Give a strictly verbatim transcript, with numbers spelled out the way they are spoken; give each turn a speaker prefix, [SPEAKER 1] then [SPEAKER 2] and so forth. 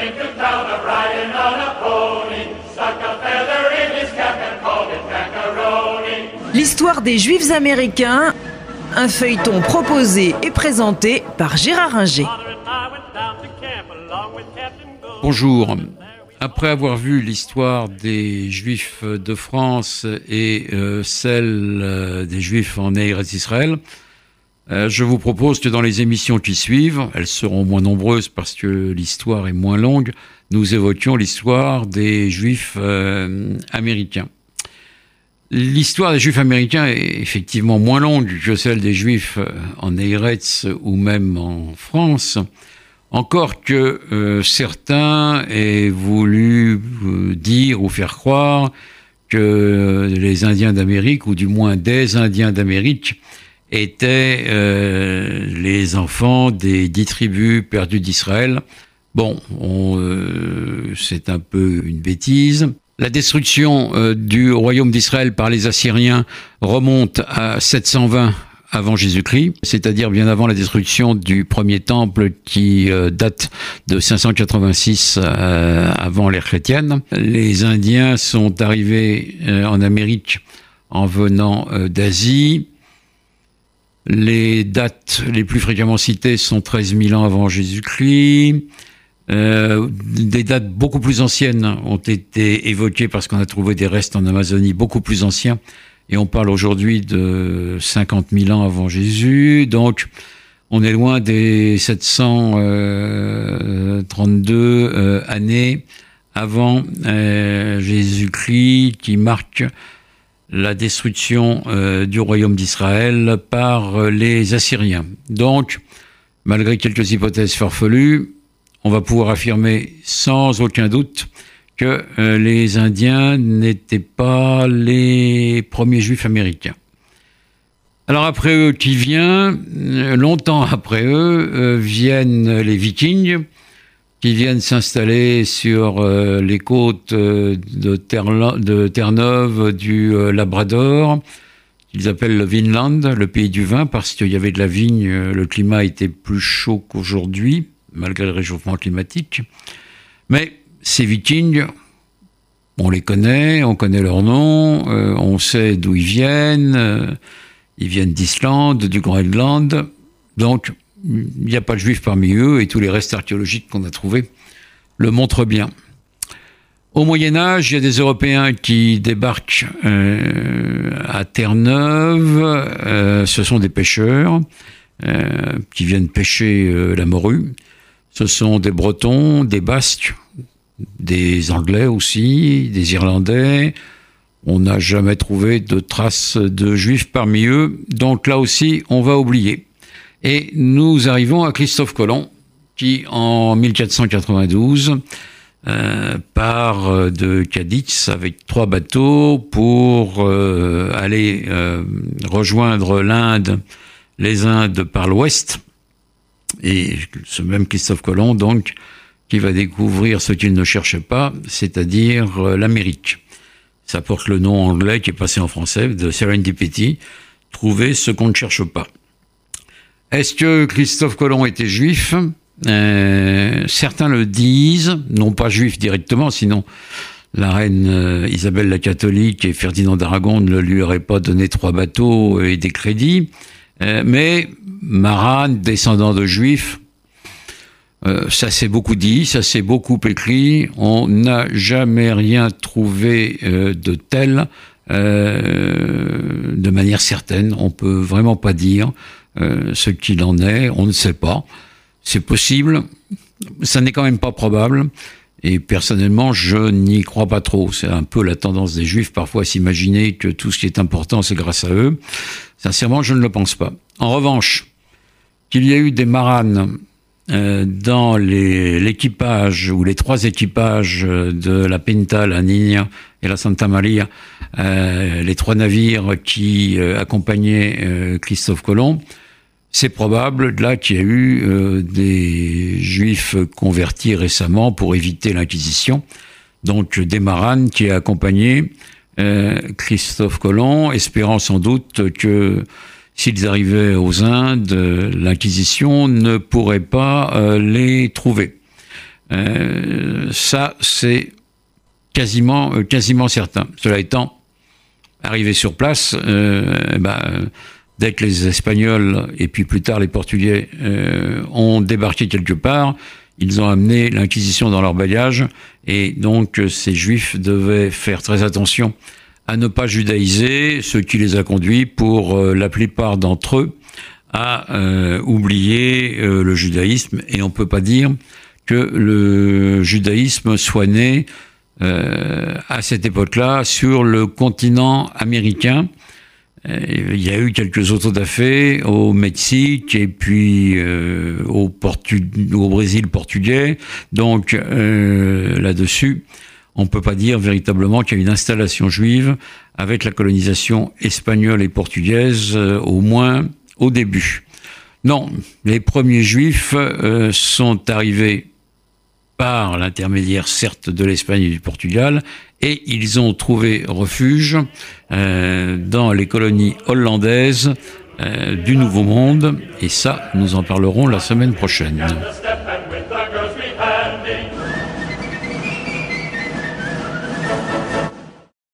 [SPEAKER 1] into town a riding on a pony, stuck a feather in his cap and called it macaroni.
[SPEAKER 2] L'histoire des Juifs américains, un feuilleton proposé et présenté par Gérard Inger.
[SPEAKER 3] Bonjour. Après avoir vu l'histoire des Juifs de France et euh, celle euh, des Juifs en Eretz Israël, euh, je vous propose que dans les émissions qui suivent, elles seront moins nombreuses parce que l'histoire est moins longue, nous évoquions l'histoire des Juifs euh, américains. L'histoire des Juifs américains est effectivement moins longue que celle des Juifs en Eretz ou même en France. Encore que euh, certains aient voulu euh, dire ou faire croire que les Indiens d'Amérique, ou du moins des Indiens d'Amérique, étaient euh, les enfants des dix tribus perdues d'Israël. Bon, on, euh, c'est un peu une bêtise. La destruction euh, du royaume d'Israël par les Assyriens remonte à sept cent vingt avant Jésus-Christ, c'est-à-dire bien avant la destruction du premier temple qui euh, date de cinq cent quatre-vingt-six euh, avant l'ère chrétienne. Les Indiens sont arrivés euh, en Amérique en venant euh, d'Asie. Les dates les plus fréquemment citées sont treize mille ans avant Jésus-Christ. Euh, des dates beaucoup plus anciennes ont été évoquées parce qu'on a trouvé des restes en Amazonie beaucoup plus anciens. Et on parle aujourd'hui de cinquante mille ans avant Jésus, donc on est loin des sept cent trente-deux euh, années avant euh, Jésus-Christ, qui marque la destruction euh, du royaume d'Israël par euh, les Assyriens. Donc, malgré quelques hypothèses farfelues, on va pouvoir affirmer sans aucun doute que euh, les Indiens n'étaient pas les premiers Juifs américains. Alors après eux, qui vient, euh, longtemps après eux, euh, viennent les Vikings, qui viennent s'installer sur euh, les côtes euh, de, Terre, de Terre-Neuve, du euh, Labrador, qu'ils appellent le Vinland, le pays du vin, parce qu'il y avait de la vigne, euh, le climat était plus chaud qu'aujourd'hui, malgré le réchauffement climatique. Mais ces Vikings, on les connaît, on connaît leur nom, euh, on sait d'où ils viennent, euh, ils viennent d'Islande, du Groenland, donc il n'y a pas de Juifs parmi eux, et tous les restes archéologiques qu'on a trouvés le montrent bien. Au Moyen-Âge, il y a des Européens qui débarquent euh, à Terre-Neuve, euh, ce sont des pêcheurs euh, qui viennent pêcher euh, la morue, ce sont des Bretons, des Basques, des Anglais aussi, des Irlandais. On n'a jamais trouvé de traces de Juifs parmi eux, donc là aussi, on va oublier. Et nous arrivons à Christophe Colomb, qui en mille quatre cent quatre-vingt-douze euh, part de Cadix avec trois bateaux pour euh, aller euh, rejoindre l'Inde, les Indes par l'ouest. Et ce même Christophe Colomb, donc, qui va découvrir ce qu'il ne cherche pas, c'est-à-dire euh, l'Amérique. Ça porte le nom anglais qui est passé en français, de Serendipity, trouver ce qu'on ne cherche pas. Est-ce que Christophe Colomb était juif ? euh, Certains le disent, non pas juif directement, sinon la reine euh, Isabelle la catholique et Ferdinand d'Aragon ne lui auraient pas donné trois bateaux et des crédits, euh, mais Maran, descendant de juifs, Euh, ça s'est beaucoup dit, ça s'est beaucoup écrit, on n'a jamais rien trouvé euh, de tel euh, de manière certaine, on peut vraiment pas dire euh, ce qu'il en est, on ne sait pas, c'est possible, ça n'est quand même pas probable, et personnellement je n'y crois pas trop, c'est un peu la tendance des Juifs parfois à s'imaginer que tout ce qui est important c'est grâce à eux, sincèrement je ne le pense pas. En revanche, qu'il y a eu des maranes Euh, dans les, l'équipage ou les trois équipages de la Pinta, la Niña et la Santa Maria, euh, les trois navires qui euh, accompagnaient euh, Christophe Colomb, c'est probable là qu'il y a eu euh, des Juifs convertis récemment pour éviter l'Inquisition, donc des maranes qui a accompagné euh, Christophe Colomb, espérant sans doute que s'ils arrivaient aux Indes, l'Inquisition ne pourrait pas euh, les trouver. Euh, ça, c'est quasiment, euh, quasiment certain. Cela étant, arrivé sur place, euh, bah, dès que les Espagnols et puis plus tard les Portugais euh, ont débarqué quelque part, ils ont amené l'Inquisition dans leur bagage, et donc ces Juifs devaient faire très attention à ne pas judaïser, ce qui les a conduits, pour euh, la plupart d'entre eux, à euh, oublier euh, le judaïsme. Et on peut pas dire que le judaïsme soit né euh, à cette époque-là sur le continent américain. Il y a eu quelques autodafés au Mexique et puis euh, au, Portu- au Brésil portugais. Donc euh, là-dessus, on ne peut pas dire véritablement qu'il y a une installation juive avec la colonisation espagnole et portugaise, euh, au moins au début. Non, les premiers juifs euh, sont arrivés par l'intermédiaire, certes, de l'Espagne et du Portugal, et ils ont trouvé refuge euh, dans les colonies hollandaises euh, du Nouveau Monde, et ça, nous en parlerons la semaine prochaine.